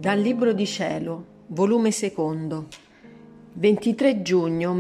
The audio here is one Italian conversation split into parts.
Dal Libro di Cielo, volume 2, 23 giugno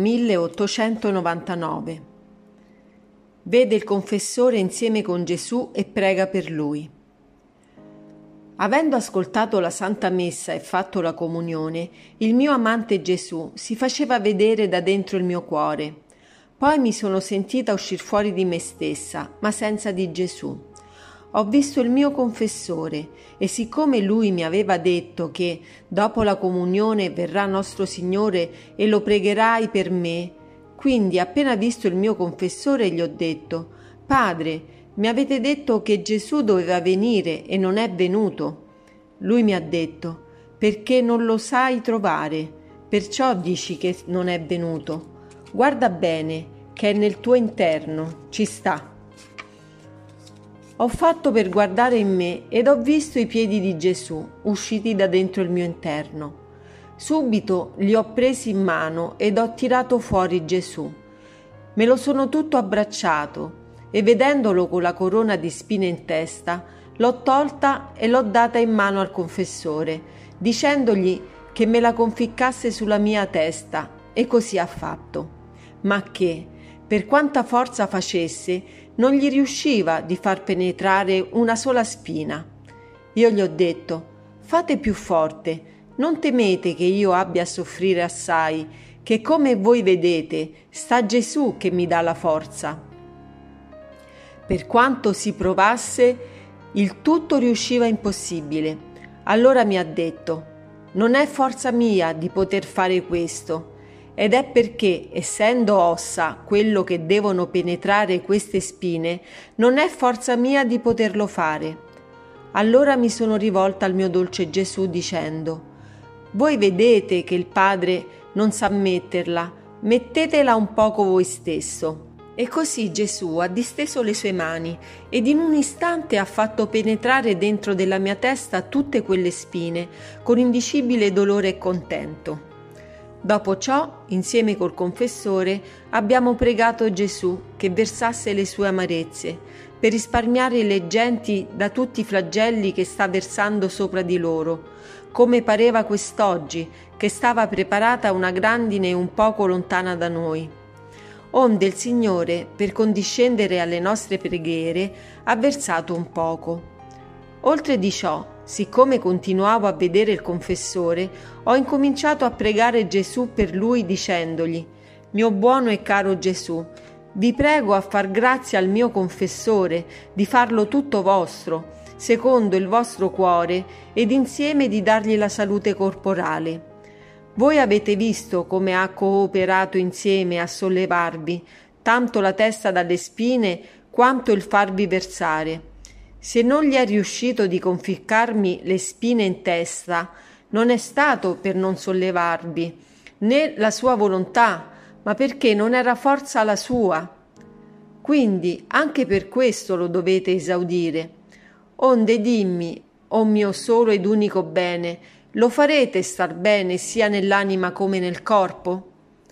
1899. Vede il confessore insieme con Gesù e prega per lui. Avendo ascoltato la Santa Messa e fatto la comunione, il mio amante Gesù si faceva vedere da dentro il mio cuore. Poi mi sono sentita uscir fuori di me stessa, ma senza di Gesù. Ho visto il mio confessore e siccome lui mi aveva detto che dopo la comunione verrà nostro Signore e lo pregherai per me, quindi appena visto il mio confessore gli ho detto: «Padre, mi avete detto che Gesù doveva venire e non è venuto». Lui mi ha detto: «Perché non lo sai trovare, perciò dici che non è venuto. Guarda bene, che è nel tuo interno, ci sta». Ho fatto per guardare in me ed ho visto i piedi di Gesù usciti da dentro il mio interno. Subito li ho presi in mano ed ho tirato fuori Gesù. Me lo sono tutto abbracciato e vedendolo con la corona di spine in testa, l'ho tolta e l'ho data in mano al confessore, dicendogli che me la conficcasse sulla mia testa, e così ha fatto. Ma che, per quanta forza facesse, non gli riusciva di far penetrare una sola spina. Io gli ho detto: «Fate più forte, non temete che io abbia a soffrire assai, che come voi vedete sta Gesù che mi dà la forza». Per quanto si provasse, il tutto riusciva impossibile. Allora mi ha detto: «Non è forza mia di poter fare questo, ed è perché, essendo ossa quello che devono penetrare queste spine, non è forza mia di poterlo fare». Allora mi sono rivolta al mio dolce Gesù dicendo: «Voi vedete che il Padre non sa metterla, mettetela un poco voi stesso». E così Gesù ha disteso le sue mani ed in un istante ha fatto penetrare dentro della mia testa tutte quelle spine, con indicibile dolore e contento. Dopo ciò, insieme col confessore, abbiamo pregato Gesù che versasse le sue amarezze, per risparmiare le genti da tutti i flagelli che sta versando sopra di loro, come pareva quest'oggi, che stava preparata una grandine un poco lontana da noi. Onde il Signore, per condiscendere alle nostre preghiere, ha versato un poco. Oltre di ciò, siccome continuavo a vedere il confessore, ho incominciato a pregare Gesù per lui dicendogli: «Mio buono e caro Gesù, vi prego a far grazia al mio confessore di farlo tutto vostro, secondo il vostro cuore, ed insieme di dargli la salute corporale. Voi avete visto come ha cooperato insieme a sollevarvi, tanto la testa dalle spine quanto il farvi versare. Se non gli è riuscito di conficcarmi le spine in testa, non è stato per non sollevarvi, né la sua volontà, ma perché non era forza la sua. Quindi anche per questo lo dovete esaudire. Onde dimmi, o mio solo ed unico bene, lo farete star bene sia nell'anima come nel corpo?»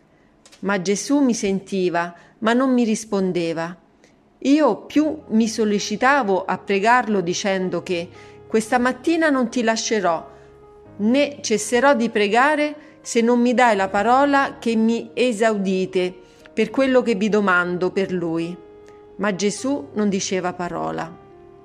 Ma Gesù mi sentiva, ma non mi rispondeva. Io più mi sollecitavo a pregarlo dicendo che «Questa mattina non ti lascerò, né cesserò di pregare se non mi dai la parola che mi esaudite per quello che vi domando per lui». Ma Gesù non diceva parola.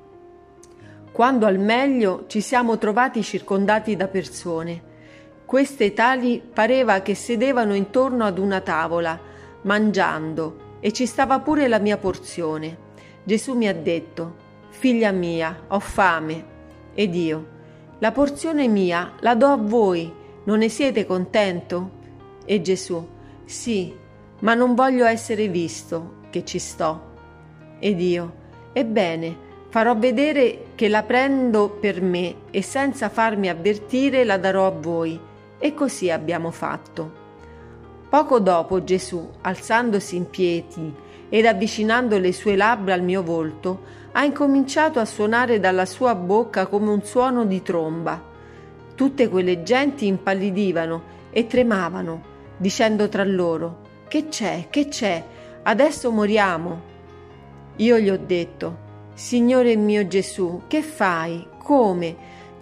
Quando al meglio ci siamo trovati circondati da persone. Queste tali pareva che sedevano intorno ad una tavola, mangiando, e ci stava pure la mia porzione. Gesù mi ha detto: «Figlia mia, ho fame». Ed io: «La porzione mia la do a voi, non ne siete contento?» E Gesù: «Sì, ma non voglio essere visto che ci sto». Ed io: «Ebbene, farò vedere che la prendo per me e senza farmi avvertire la darò a voi». E così abbiamo fatto. Poco dopo Gesù, alzandosi in piedi ed avvicinando le sue labbra al mio volto, ha incominciato a suonare dalla sua bocca come un suono di tromba. Tutte quelle genti impallidivano e tremavano, dicendo tra loro: «Che c'è? Che c'è? Adesso moriamo». Io gli ho detto: «Signore mio Gesù, che fai? Come?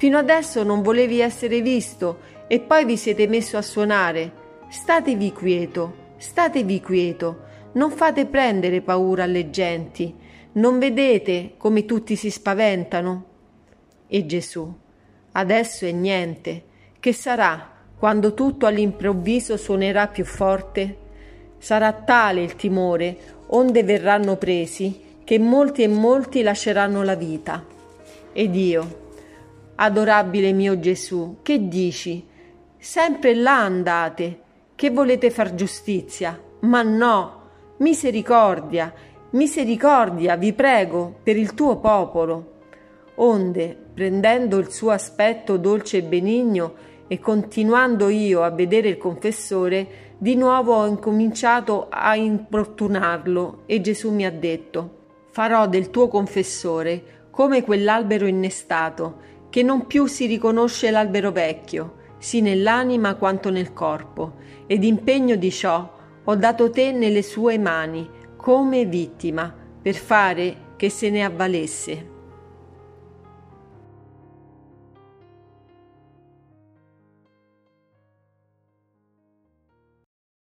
Fino adesso non volevi essere visto e poi vi siete messo a suonare. Statevi quieto, non fate prendere paura alle genti. Non vedete come tutti si spaventano? E Gesù: adesso è niente. Che sarà quando tutto all'improvviso suonerà più forte? Sarà tale il timore, onde verranno presi, che molti e molti lasceranno la vita. Ed io: adorabile mio Gesù, che dici? Sempre là andate, che volete far giustizia? Ma no, misericordia, vi prego, per il tuo popolo. Onde, prendendo il suo aspetto dolce e benigno e continuando io a vedere il confessore, di nuovo ho incominciato a importunarlo e Gesù mi ha detto: farò del tuo confessore come quell'albero innestato, che non più si riconosce l'albero vecchio, sì nell'anima quanto nel corpo, ed impegno di ciò ho dato te nelle sue mani, come vittima, per fare che se ne avvalesse.